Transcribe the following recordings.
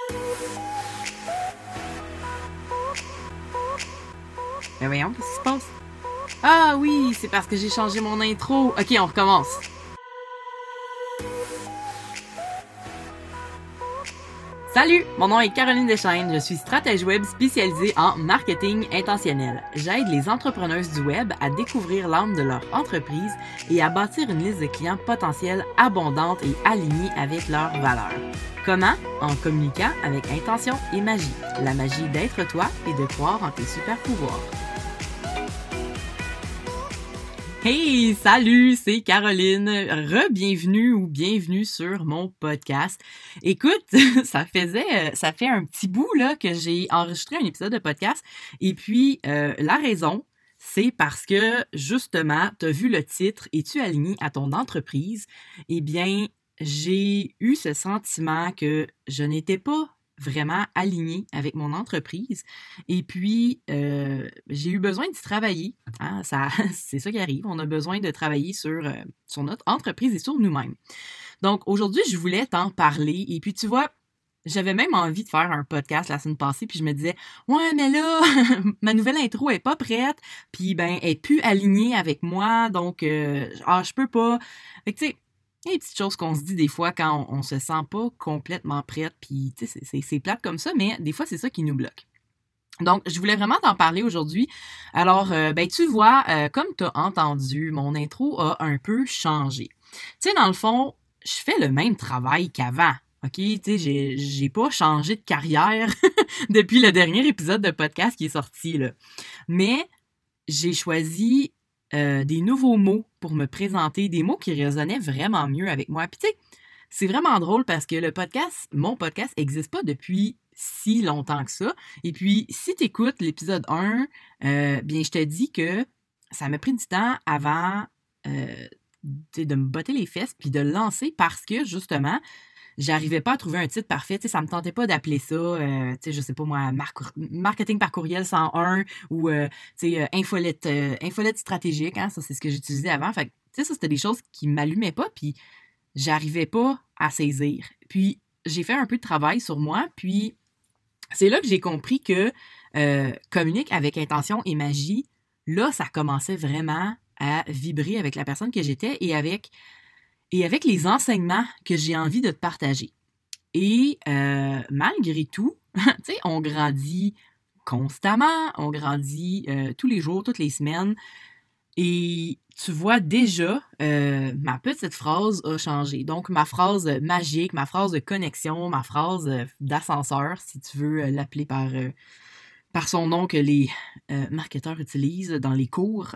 Mais voyons, qu'est-ce qui se passe? Ah oui, c'est parce que j'ai changé mon intro. Ok, on recommence. Salut, mon nom est Caroline Deschaines, je suis stratège web spécialisée en marketing intentionnel. J'aide les entrepreneuses du web à découvrir l'âme de leur entreprise et à bâtir une liste de clients potentiels abondante et alignée avec leurs valeurs. Comment? En communiquant avec intention et magie. La magie d'être toi et de croire en tes super pouvoirs. Hey, salut, c'est Caroline. Re-bienvenue ou bienvenue sur mon podcast. Écoute, ça fait un petit bout là que j'ai enregistré un épisode de podcast et puis la raison, c'est parce que justement, tu as vu le titre Es-tu aligné à ton entreprise? Eh bien, j'ai eu ce sentiment que je n'étais pas vraiment alignée avec mon entreprise et puis j'ai eu besoin d'y travailler. Hein, c'est ça qui arrive. On a besoin de travailler sur notre entreprise et sur nous-mêmes. Donc, aujourd'hui, je voulais t'en parler. Et puis, tu vois, j'avais même envie de faire un podcast la semaine passée. Puis, je me disais, ouais, mais là, ma nouvelle intro est pas prête. Puis, ben, elle est plus alignée avec moi. Donc, je peux pas. Fait que, tu sais, il y a des petites choses qu'on se dit des fois quand on se sent pas complètement prête. Puis, tu sais, c'est plate comme ça, mais des fois, c'est ça qui nous bloque. Donc, je voulais vraiment t'en parler aujourd'hui. Alors, ben tu vois, comme tu as entendu, mon intro a un peu changé. Tu sais, dans le fond, je fais le même travail qu'avant. OK? Tu sais, j'ai pas changé de carrière depuis le dernier épisode de podcast qui est sorti, là. Mais j'ai choisi des nouveaux mots pour me présenter, des mots qui résonnaient vraiment mieux avec moi. Puis tu sais, c'est vraiment drôle parce que mon podcast n'existe pas depuis si longtemps que ça. Et puis, si tu écoutes l'épisode 1, bien, je te dis que ça m'a pris du temps avant de me botter les fesses puis de le lancer parce que, justement, j'arrivais pas à trouver un titre parfait. Tu sais, ça me tentait pas d'appeler ça, tu sais, je sais pas moi, marketing par courriel 101 ou, tu sais, infolette stratégique. Hein, ça, c'est ce que j'utilisais avant. Fait que, tu sais, ça, c'était des choses qui m'allumaient pas. Puis, j'arrivais pas à saisir. Puis, j'ai fait un peu de travail sur moi, puis c'est là que j'ai compris que communique avec intention et magie, là, ça commençait vraiment à vibrer avec la personne que j'étais et avec les enseignements que j'ai envie de te partager. Et malgré tout, tu sais, on grandit constamment, on grandit tous les jours, toutes les semaines, et tu vois déjà, ma petite phrase a changé. Donc, ma phrase magique, ma phrase de connexion, ma phrase d'ascenseur, si tu veux l'appeler par son nom que les marketeurs utilisent dans les cours.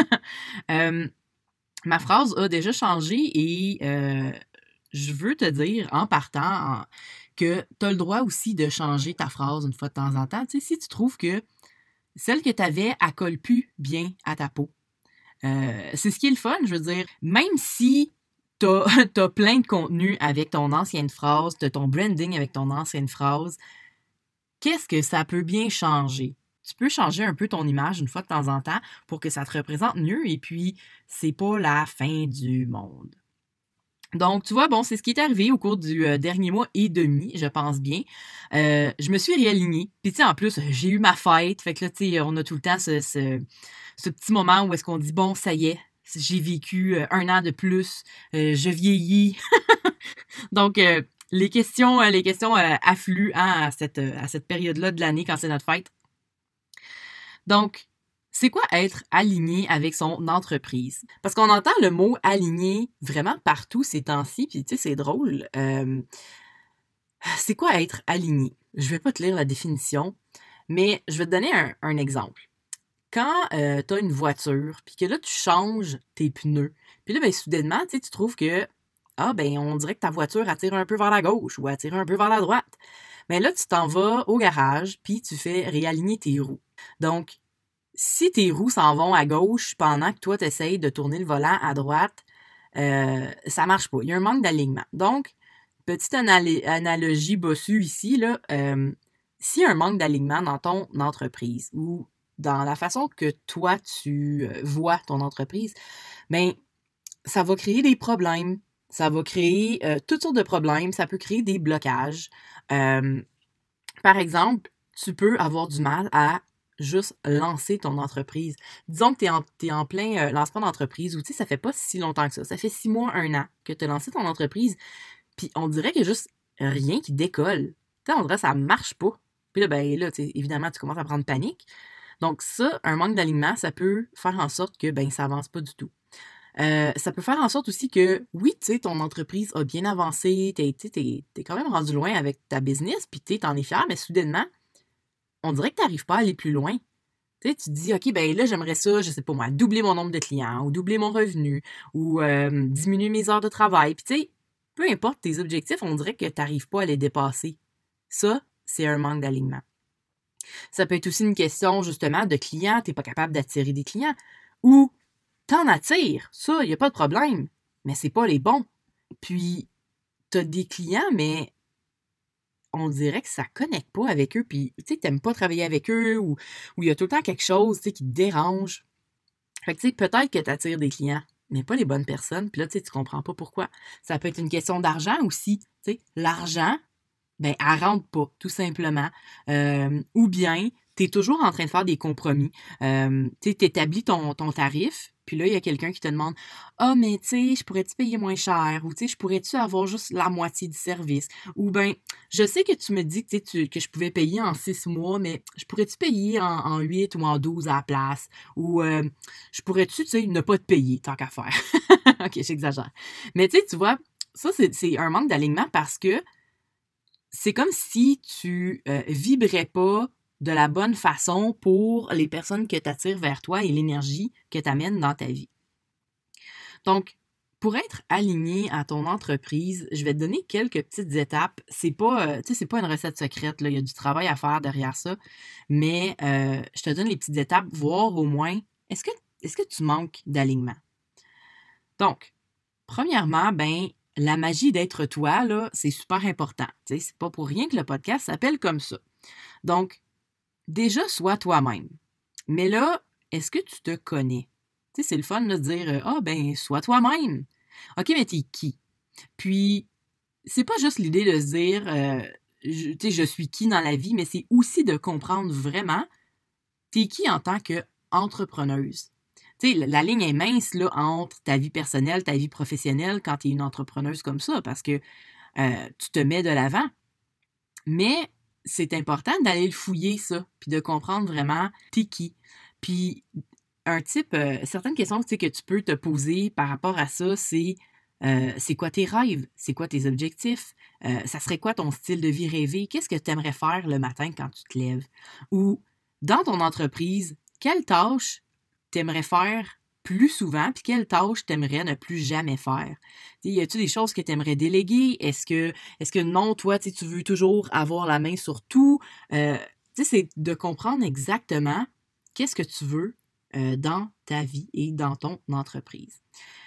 Ma phrase a déjà changé et je veux te dire en partant que tu as le droit aussi de changer ta phrase une fois de temps en temps. Tu sais, si tu trouves que celle que tu avais, elle colle plus bien à ta peau. C'est ce qui est le fun, je veux dire, même si t'as as plein de contenu avec ton ancienne phrase, t'as ton branding avec ton ancienne phrase, qu'est-ce que ça peut bien changer? Tu peux changer un peu ton image une fois de temps en temps pour que ça te représente mieux et puis c'est pas la fin du monde. Donc, tu vois, bon, c'est ce qui est arrivé au cours du dernier mois et demi, je pense bien. Je me suis réalignée. Puis, tu sais, en plus, j'ai eu ma fête. Fait que là, tu sais, on a tout le temps ce petit moment où est-ce qu'on dit, bon, ça y est, j'ai vécu un an de plus, je vieillis. Donc, les questions affluent hein, à cette période-là de l'année quand c'est notre fête. Donc, c'est quoi être aligné avec son entreprise? Parce qu'on entend le mot aligné vraiment partout ces temps-ci, puis tu sais, c'est drôle. C'est quoi être aligné? Je vais pas te lire la définition, mais je vais te donner un exemple. Quand tu as une voiture, puis que là, tu changes tes pneus, puis là, ben, soudainement, tu sais, tu trouves que, ben, on dirait que ta voiture attire un peu vers la gauche ou attire un peu vers la droite. Mais là, tu t'en vas au garage, puis tu fais réaligner tes roues. Donc, si tes roues s'en vont à gauche pendant que toi, tu essayes de tourner le volant à droite, ça marche pas. Il y a un manque d'alignement. Donc, petite analogie bossue ici, là, s'il y a un manque d'alignement dans ton entreprise ou dans la façon que toi, tu vois ton entreprise, ben, ça va créer des problèmes. Ça va créer toutes sortes de problèmes. Ça peut créer des blocages. Par exemple, tu peux avoir du mal à juste lancer ton entreprise. Disons que tu es en plein lancement d'entreprise ou tu sais, ça fait pas si longtemps que ça. Ça fait 6 mois, 1 an que tu as lancé ton entreprise, puis on dirait qu'il y a juste rien qui décolle. Tu sais, on dirait que ça marche pas. Puis là, ben là, évidemment, tu commences à prendre panique. Donc ça, un manque d'alignement, ça peut faire en sorte que ben ça avance pas du tout. Ça peut faire en sorte aussi que, oui, tu sais, ton entreprise a bien avancé, t'es quand même rendu loin avec ta business, puis t'en es fier, mais soudainement, on dirait que t'arrives pas à aller plus loin. Tu sais, tu te dis, OK, ben là, j'aimerais ça, je sais pas moi, doubler mon nombre de clients, ou doubler mon revenu, ou diminuer mes heures de travail. Puis tu sais, peu importe tes objectifs, on dirait que t'arrives pas à les dépasser. Ça, c'est un manque d'alignement. Ça peut être aussi une question, justement, de clients, t'es pas capable d'attirer des clients, ou t'en attires, ça, il n'y a pas de problème, mais c'est pas les bons. Puis, t'as des clients, mais on dirait que ça connecte pas avec eux, puis, tu sais, t'aimes pas travailler avec eux, ou il y a tout le temps quelque chose, tu sais, qui te dérange. Fait que, tu sais, peut-être que t'attires des clients, mais pas les bonnes personnes, puis là, tu sais, tu comprends pas pourquoi. Ça peut être une question d'argent aussi, tu sais. L'argent, ben, elle rentre pas, tout simplement. Ou bien, tu es toujours en train de faire des compromis. Tu établis ton tarif, puis là, il y a quelqu'un qui te demande ah, mais tu sais, je pourrais-tu payer moins cher? Ou tu sais, je pourrais-tu avoir juste la moitié du service? Ou ben, je sais que tu me dis que, que je pouvais payer en 6 mois, mais je pourrais-tu payer en 8 ou en 12 à la place? Ou je pourrais-tu, tu sais, ne pas te payer, tant qu'à faire? OK, j'exagère. Mais tu sais, tu vois, ça, c'est un manque d'alignement parce que c'est comme si tu vibrais pas de la bonne façon pour les personnes que tu attires vers toi et l'énergie que tu amènes dans ta vie. Donc, pour être aligné à ton entreprise, je vais te donner quelques petites étapes. C'est pas, c'est pas une recette secrète, là. Il y a du travail à faire derrière ça. Mais je te donne les petites étapes, voir au moins, est-ce que tu manques d'alignement? Donc, premièrement, ben, la magie d'être toi, là, c'est super important. Tu sais, c'est pas pour rien que le podcast s'appelle comme ça. Donc, déjà, sois toi-même. Mais là, est-ce que tu te connais? Tu sais, c'est le fun de dire ah, ben, sois toi-même. OK, mais t'es qui? Puis, c'est pas juste l'idée de se dire tu sais, je suis qui dans la vie, mais c'est aussi de comprendre vraiment t'es qui en tant qu'entrepreneuse. Tu sais, la ligne est mince là, entre ta vie personnelle, ta vie professionnelle quand tu es une entrepreneuse comme ça, parce que tu te mets de l'avant. Mais c'est important d'aller le fouiller, ça, puis de comprendre vraiment t'es qui. Puis un type, certaines questions que tu peux te poser par rapport à ça, c'est quoi tes rêves? C'est quoi tes objectifs? Ça serait quoi ton style de vie rêvé? Qu'est-ce que tu aimerais faire le matin quand tu te lèves? Ou dans ton entreprise, quelle tâche t'aimerais faire plus souvent, puis quelle tâche t'aimerais ne plus jamais faire? Y a-t-il des choses que t'aimerais déléguer? Est-ce que non, toi, tu veux toujours avoir la main sur tout? C'est de comprendre exactement qu'est-ce que tu veux dans ta vie et dans ton entreprise.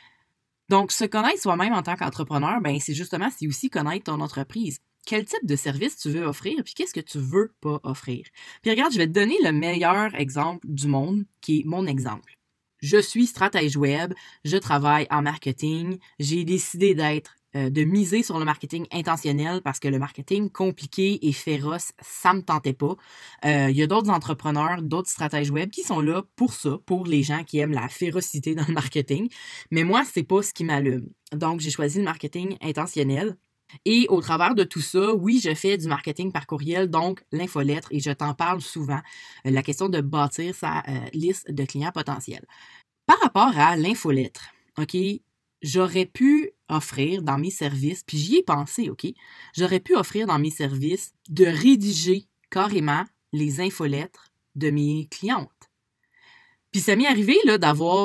Donc, se connaître soi-même en tant qu'entrepreneur, ben c'est aussi connaître ton entreprise. Quel type de service tu veux offrir, puis qu'est-ce que tu veux pas offrir. Puis regarde, je vais te donner le meilleur exemple du monde, qui est mon exemple. Je suis stratège web, je travaille en marketing, j'ai décidé de miser sur le marketing intentionnel parce que le marketing compliqué et féroce, ça me tentait pas. Il y a d'autres entrepreneurs, d'autres stratèges web qui sont là pour ça, pour les gens qui aiment la férocité dans le marketing. Mais moi, c'est pas ce qui m'allume. Donc, j'ai choisi le marketing intentionnel. Et au travers de tout ça, oui, je fais du marketing par courriel, donc l'infolettre, et je t'en parle souvent, la question de bâtir sa liste de clients potentiels. Par rapport à l'infolettre, OK, j'aurais pu offrir dans mes services, puis j'y ai pensé, OK, j'aurais pu offrir dans mes services de rédiger carrément les infolettres de mes clientes. Puis ça m'est arrivé là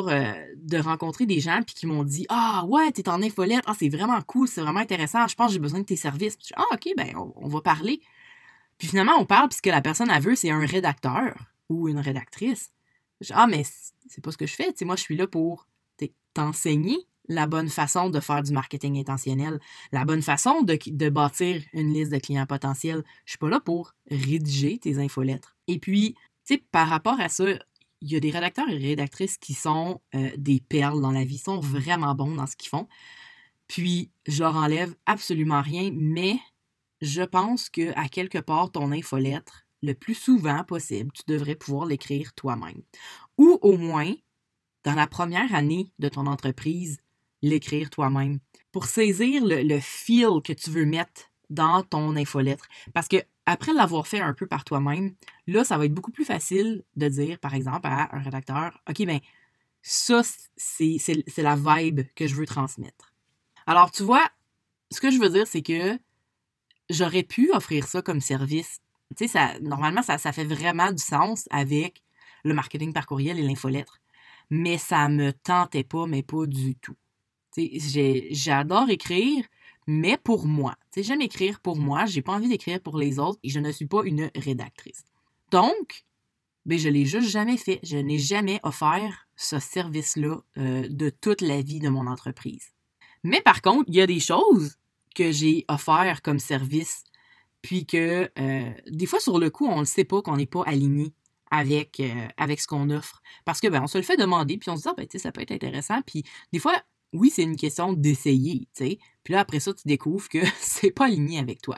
de rencontrer des gens puis qui m'ont dit ah ouais, t'es en infolettre, ah c'est vraiment cool, c'est vraiment intéressant, je pense que j'ai besoin de tes services. Puis ah OK, ben on va parler. Puis finalement on parle puis ce que la personne elle veut c'est un rédacteur ou une rédactrice. Ah mais c'est pas ce que je fais, tu sais moi je suis là pour t'enseigner la bonne façon de faire du marketing intentionnel, la bonne façon de bâtir une liste de clients potentiels. Je suis pas là pour rédiger tes infolettres. Et puis, tu sais, par rapport à ça, il y a des rédacteurs et rédactrices qui sont des perles dans la vie, sont vraiment bons dans ce qu'ils font. Puis, je leur enlève absolument rien, mais je pense qu'à quelque part, ton infolettre, le plus souvent possible, tu devrais pouvoir l'écrire toi-même. Ou au moins, dans la première année de ton entreprise, l'écrire toi-même. Pour saisir le feel que tu veux mettre dans ton infolettre. Parce que après l'avoir fait un peu par toi-même, là, ça va être beaucoup plus facile de dire, par exemple, à un rédacteur, OK, ben ça, c'est la vibe que je veux transmettre. Alors, tu vois, ce que je veux dire, c'est que j'aurais pu offrir ça comme service. Tu sais, normalement, ça fait vraiment du sens avec le marketing par courriel et l'infolettre. Mais ça me tentait pas, mais pas du tout. Tu sais, j'adore écrire, mais pour moi. Tu sais, j'aime écrire pour moi, j'ai pas envie d'écrire pour les autres et je ne suis pas une rédactrice. Donc, ben, je l'ai juste jamais fait. Je n'ai jamais offert ce service-là de toute la vie de mon entreprise. Mais par contre, il y a des choses que j'ai offert comme service, puis que des fois, sur le coup, on ne sait pas qu'on n'est pas aligné avec ce qu'on offre. Parce que ben, on se le fait demander, puis on se dit, ah, ben, tu sais, ça peut être intéressant. Puis des fois, oui, c'est une question d'essayer, tu sais. Puis là, après ça, tu découvres que c'est pas aligné avec toi.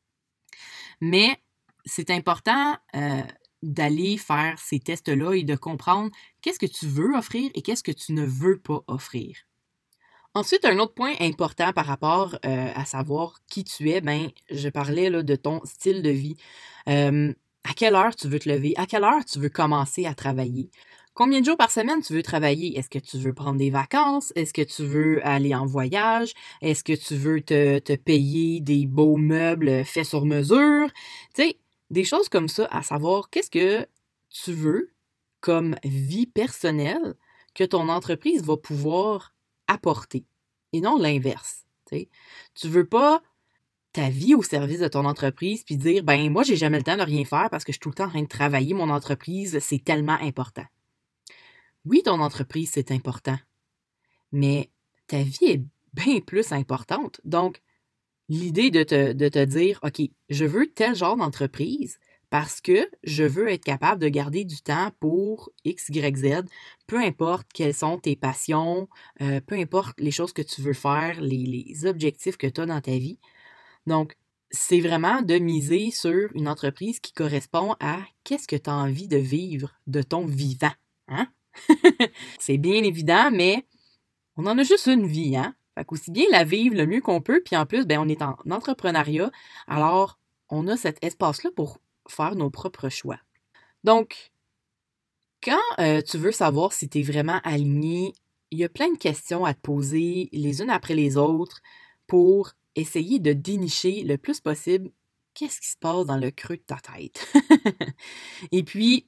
Mais c'est important d'aller faire ces tests-là et de comprendre qu'est-ce que tu veux offrir et qu'est-ce que tu ne veux pas offrir. Ensuite, un autre point important par rapport à savoir qui tu es, ben, je parlais là, de ton style de vie. À quelle heure tu veux te lever? À quelle heure tu veux commencer à travailler? Combien de jours par semaine tu veux travailler? Est-ce que tu veux prendre des vacances? Est-ce que tu veux aller en voyage? Est-ce que tu veux te payer des beaux meubles faits sur mesure? Tu sais, des choses comme ça, à savoir qu'est-ce que tu veux comme vie personnelle que ton entreprise va pouvoir apporter et non l'inverse. T'sais. Tu veux pas ta vie au service de ton entreprise puis dire ben moi j'ai jamais le temps de rien faire parce que je suis tout le temps en train de travailler mon entreprise, c'est tellement important. Oui, ton entreprise c'est important, mais ta vie est bien plus importante. Donc l'idée de te dire OK, je veux tel genre d'entreprise parce que je veux être capable de garder du temps pour X, Y, Z, peu importe quelles sont tes passions, peu importe les choses que tu veux faire, les objectifs que tu as dans ta vie. Donc, c'est vraiment de miser sur une entreprise qui correspond à qu'est-ce que tu as envie de vivre de ton vivant. Hein? C'est bien évident, mais on en a juste une vie, hein? Fait qu'aussi bien la vivre le mieux qu'on peut, puis en plus, ben, on est en entrepreneuriat, alors on a cet espace-là pour faire nos propres choix. Donc, quand tu veux savoir si tu es vraiment aligné, il y a plein de questions à te poser les unes après les autres pour essayer de dénicher le plus possible qu'est-ce qui se passe dans le creux de ta tête. Et puis,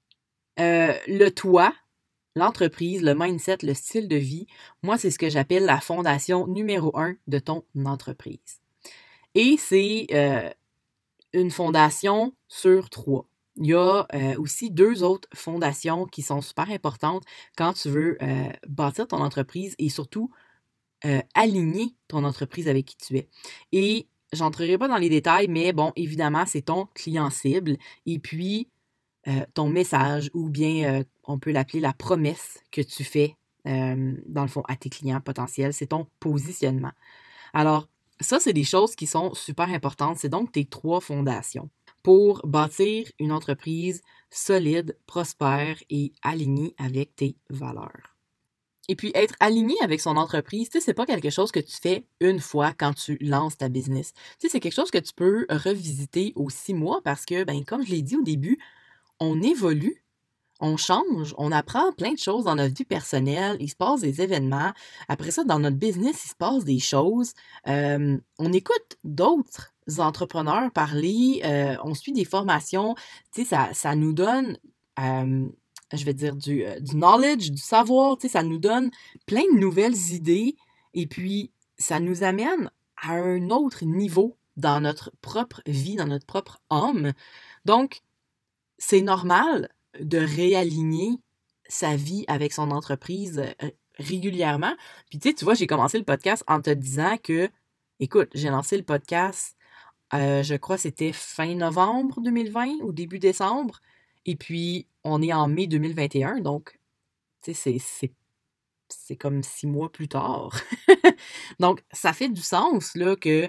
le toi, l'entreprise, le mindset, le style de vie, moi, c'est ce que j'appelle la fondation numéro 1 de ton entreprise. Et c'est une fondation sur 3. Il y a aussi 2 autres fondations qui sont super importantes quand tu veux bâtir ton entreprise et surtout aligner ton entreprise avec qui tu es. Et j'entrerai pas dans les détails, mais bon, évidemment, c'est ton client cible et puis ton message ou bien on peut l'appeler la promesse que tu fais dans le fond à tes clients potentiels, c'est ton positionnement. Alors, ça, c'est des choses qui sont super importantes. C'est donc tes 3 fondations pour bâtir une entreprise solide, prospère et alignée avec tes valeurs. Et puis, être aligné avec son entreprise, tu sais, c'est pas quelque chose que tu fais une fois quand tu lances ta business. Tu sais, c'est quelque chose que tu peux revisiter aux 6 mois parce que, ben, comme je l'ai dit au début, on évolue, on change, on apprend plein de choses dans notre vie personnelle, il se passe des événements. Après ça, dans notre business, il se passe des choses. On écoute d'autres entrepreneurs parler, on suit des formations. Tu sais, ça nous donne, je vais dire, du knowledge, du savoir. Tu sais, ça nous donne plein de nouvelles idées. Et puis, ça nous amène à un autre niveau dans notre propre vie, dans notre propre âme. Donc, c'est normal de réaligner sa vie avec son entreprise régulièrement. Puis tu sais, tu vois, j'ai commencé le podcast en te disant que, écoute, j'ai lancé le podcast, je crois c'était fin novembre 2020 ou début décembre. Et puis, on est en mai 2021, donc, tu sais, c'est comme 6 mois plus tard. Donc, ça fait du sens, là, que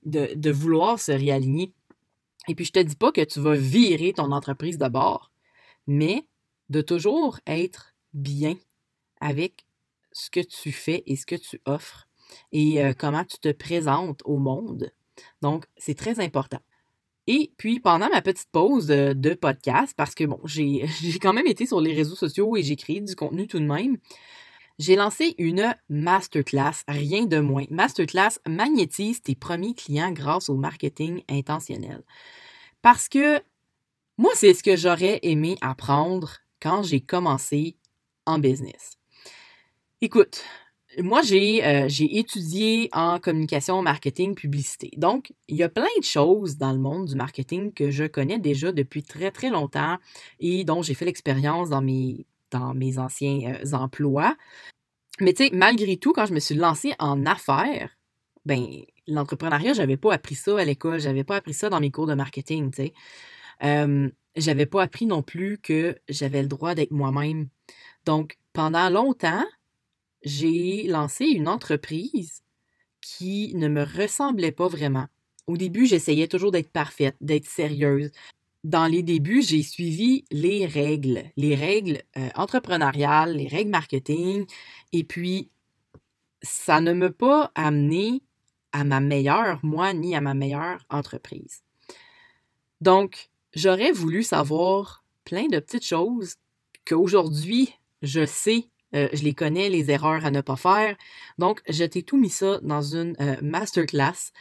de vouloir se réaligner. Et puis, je te dis pas que tu vas virer ton entreprise de bord, mais de toujours être bien avec ce que tu fais et ce que tu offres et comment tu te présentes au monde. Donc, c'est très important. Et puis, pendant ma petite pause de podcast, parce que bon, j'ai quand même été sur les réseaux sociaux et j'ai créé du contenu tout de même, j'ai lancé une masterclass, rien de moins. Masterclass magnétise tes premiers clients grâce au marketing intentionnel. Parce que moi, c'est ce que j'aurais aimé apprendre quand j'ai commencé en business. Écoute, moi, j'ai étudié en communication, marketing, publicité. Donc, il y a plein de choses dans le monde du marketing que je connais déjà depuis très, très longtemps et dont j'ai fait l'expérience dans mes anciens emplois. Mais tu sais, malgré tout, quand je me suis lancée en affaires, ben, l'entrepreneuriat, j'avais pas appris ça à l'école, j'avais pas appris ça dans mes cours de marketing, tu sais. J'avais pas appris non plus que j'avais le droit d'être moi-même. Donc, pendant longtemps, j'ai lancé une entreprise qui ne me ressemblait pas vraiment. Au début, j'essayais toujours d'être parfaite, d'être sérieuse. Dans les débuts, j'ai suivi les règles entrepreneuriales, les règles marketing, et puis ça ne m'a pas amené à ma meilleure moi ni à ma meilleure entreprise. Donc, j'aurais voulu savoir plein de petites choses qu'aujourd'hui, je sais, je les connais, les erreurs à ne pas faire. Donc, je t'ai tout mis ça dans une masterclass.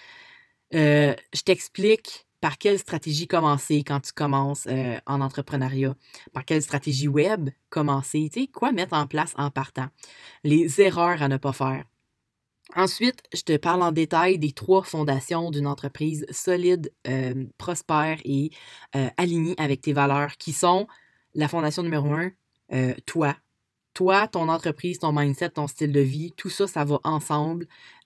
Je t'explique par quelle stratégie commencer quand tu commences en entrepreneuriat, par quelle stratégie web commencer, tu sais, quoi mettre en place en partant, les erreurs à ne pas faire. Ensuite, je te parle en détail des 3 fondations d'une entreprise solide, prospère et alignée avec tes valeurs, qui sont la fondation numéro 1, toi. Toi, ton entreprise, ton mindset, ton style de vie, tout ça, ça va ensemble.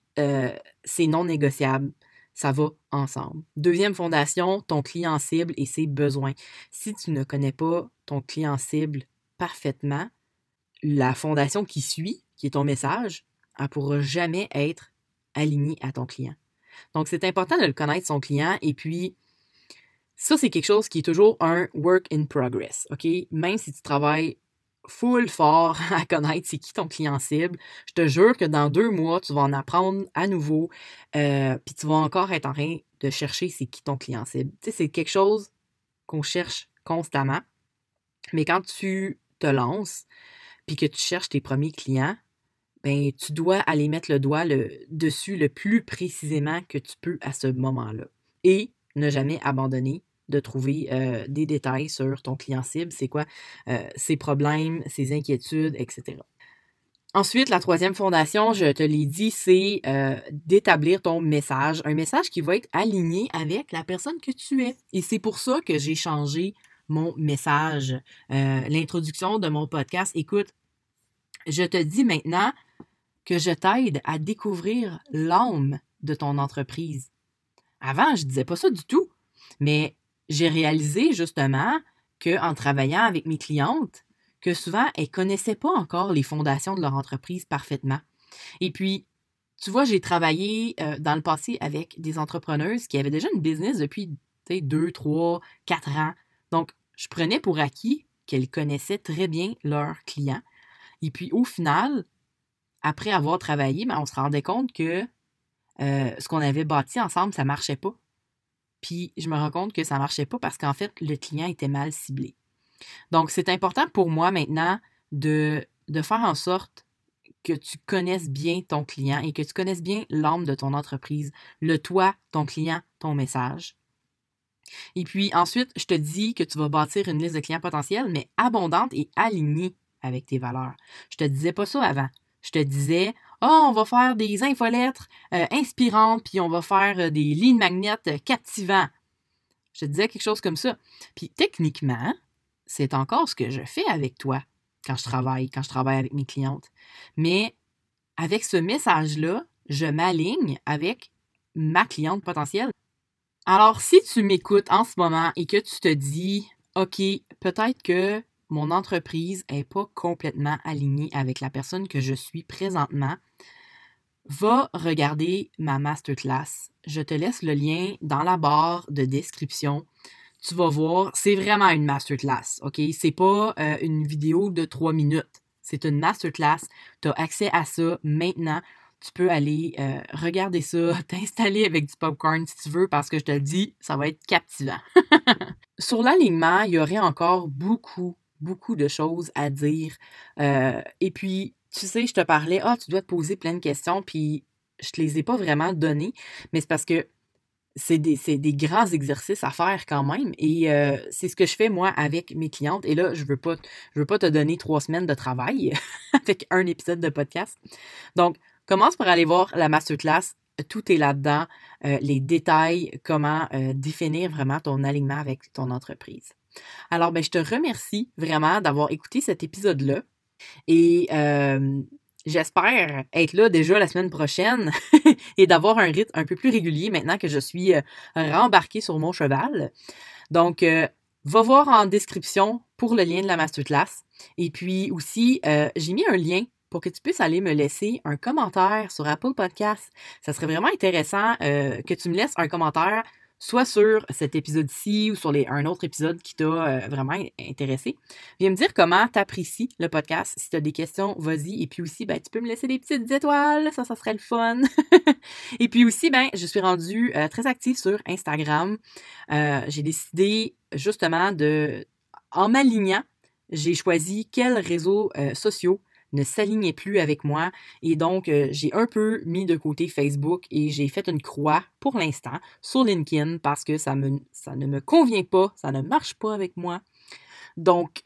C'est non négociable. Ça va ensemble. Deuxième fondation, ton client cible et ses besoins. Si tu ne connais pas ton client cible parfaitement, la fondation qui suit, qui est ton message, elle ne pourra jamais être alignée à ton client. Donc, c'est important de le connaître, son client, et puis, ça, c'est quelque chose qui est toujours un work in progress, OK? Même si tu travailles full fort à connaître c'est qui ton client cible, je te jure que dans 2 mois, tu vas en apprendre à nouveau, puis tu vas encore être en train de chercher c'est qui ton client cible. Tu sais, c'est quelque chose qu'on cherche constamment, mais quand tu te lances, puis que tu cherches tes premiers clients, ben, tu dois aller mettre le doigt dessus le plus précisément que tu peux à ce moment-là. Et ne jamais abandonner de trouver des détails sur ton client cible, c'est quoi ses problèmes, ses inquiétudes, etc. Ensuite, la 3e fondation, je te l'ai dit, c'est d'établir ton message, un message qui va être aligné avec la personne que tu es. Et c'est pour ça que j'ai changé mon message, l'introduction de mon podcast. Écoute, je te dis maintenant que je t'aide à découvrir l'âme de ton entreprise. Avant, je disais pas ça du tout, mais j'ai réalisé justement qu'en travaillant avec mes clientes, que souvent, elles connaissaient pas encore les fondations de leur entreprise parfaitement. Et puis, tu vois, j'ai travaillé dans le passé avec des entrepreneuses qui avaient déjà une business depuis 2, 3, 4 ans. Donc, je prenais pour acquis qu'elles connaissaient très bien leurs clients. Et puis, au final, après avoir travaillé, ben, on se rendait compte que ce qu'on avait bâti ensemble, ça marchait pas. Puis je me rends compte que ça marchait pas parce qu'en fait, le client était mal ciblé. Donc, c'est important pour moi maintenant de faire en sorte que tu connaisses bien ton client et que tu connaisses bien l'âme de ton entreprise, le toi, ton client, ton message. Et puis ensuite, je te dis que tu vas bâtir une liste de clients potentiels, mais abondante et alignée avec tes valeurs. Je te disais pas ça avant. Je te disais, on va faire des infolettres inspirantes, puis on va faire des lignes magnètes captivants. Je te disais quelque chose comme ça. Puis techniquement, c'est encore ce que je fais avec toi quand je travaille avec mes clientes. Mais avec ce message-là, je m'aligne avec ma cliente potentielle. Alors, si tu m'écoutes en ce moment et que tu te dis, OK, peut-être que mon entreprise n'est pas complètement alignée avec la personne que je suis présentement, va regarder ma masterclass. Je te laisse le lien dans la barre de description. Tu vas voir, c'est vraiment une masterclass, OK? C'est pas une vidéo de 3 minutes. C'est une masterclass. Tu as accès à ça maintenant. Tu peux aller regarder ça, t'installer avec du popcorn si tu veux, parce que je te le dis, ça va être captivant. Sur l'alignement, il y aurait encore beaucoup de choses à dire. Et puis, tu sais, je te parlais, tu dois te poser plein de questions, puis je te les ai pas vraiment données, mais c'est parce que c'est des grands exercices à faire quand même. Et c'est ce que je fais, moi, avec mes clientes. Et là, je veux pas te donner 3 semaines de travail avec un épisode de podcast. Donc, commence par aller voir la masterclass. Tout est là-dedans. Les détails, comment définir vraiment ton alignement avec ton entreprise. Alors, je te remercie vraiment d'avoir écouté cet épisode-là. Et j'espère être là déjà la semaine prochaine et d'avoir un rythme un peu plus régulier maintenant que je suis rembarquée sur mon cheval. Donc, va voir en description pour le lien de la masterclass. Et puis aussi, j'ai mis un lien pour que tu puisses aller me laisser un commentaire sur Apple Podcasts. Ça serait vraiment intéressant que tu me laisses un commentaire, soit sur cet épisode-ci ou sur un autre épisode qui t'a vraiment intéressé. Viens me dire comment tu apprécies le podcast. Si tu as des questions, vas-y. Et puis aussi, tu peux me laisser des petites étoiles. Ça serait le fun. Et puis aussi, je suis rendue très active sur Instagram. J'ai décidé justement en m'alignant, j'ai choisi quels réseaux sociaux ne s'alignait plus avec moi. Et donc, j'ai un peu mis de côté Facebook et j'ai fait une croix pour l'instant sur LinkedIn parce que ça ne me convient pas, ça ne marche pas avec moi. Donc,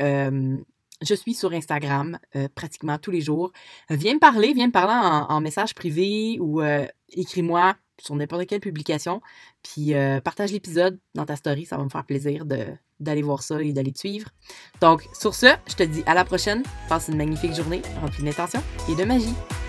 je suis sur Instagram pratiquement tous les jours. Viens me parler en message privé ou écris-moi sur n'importe quelle publication. Puis partage l'épisode dans ta story, ça va me faire plaisir d'aller voir ça et d'aller te suivre. Donc, sur ce, je te dis à la prochaine. Passe une magnifique journée remplie d'intention et de magie.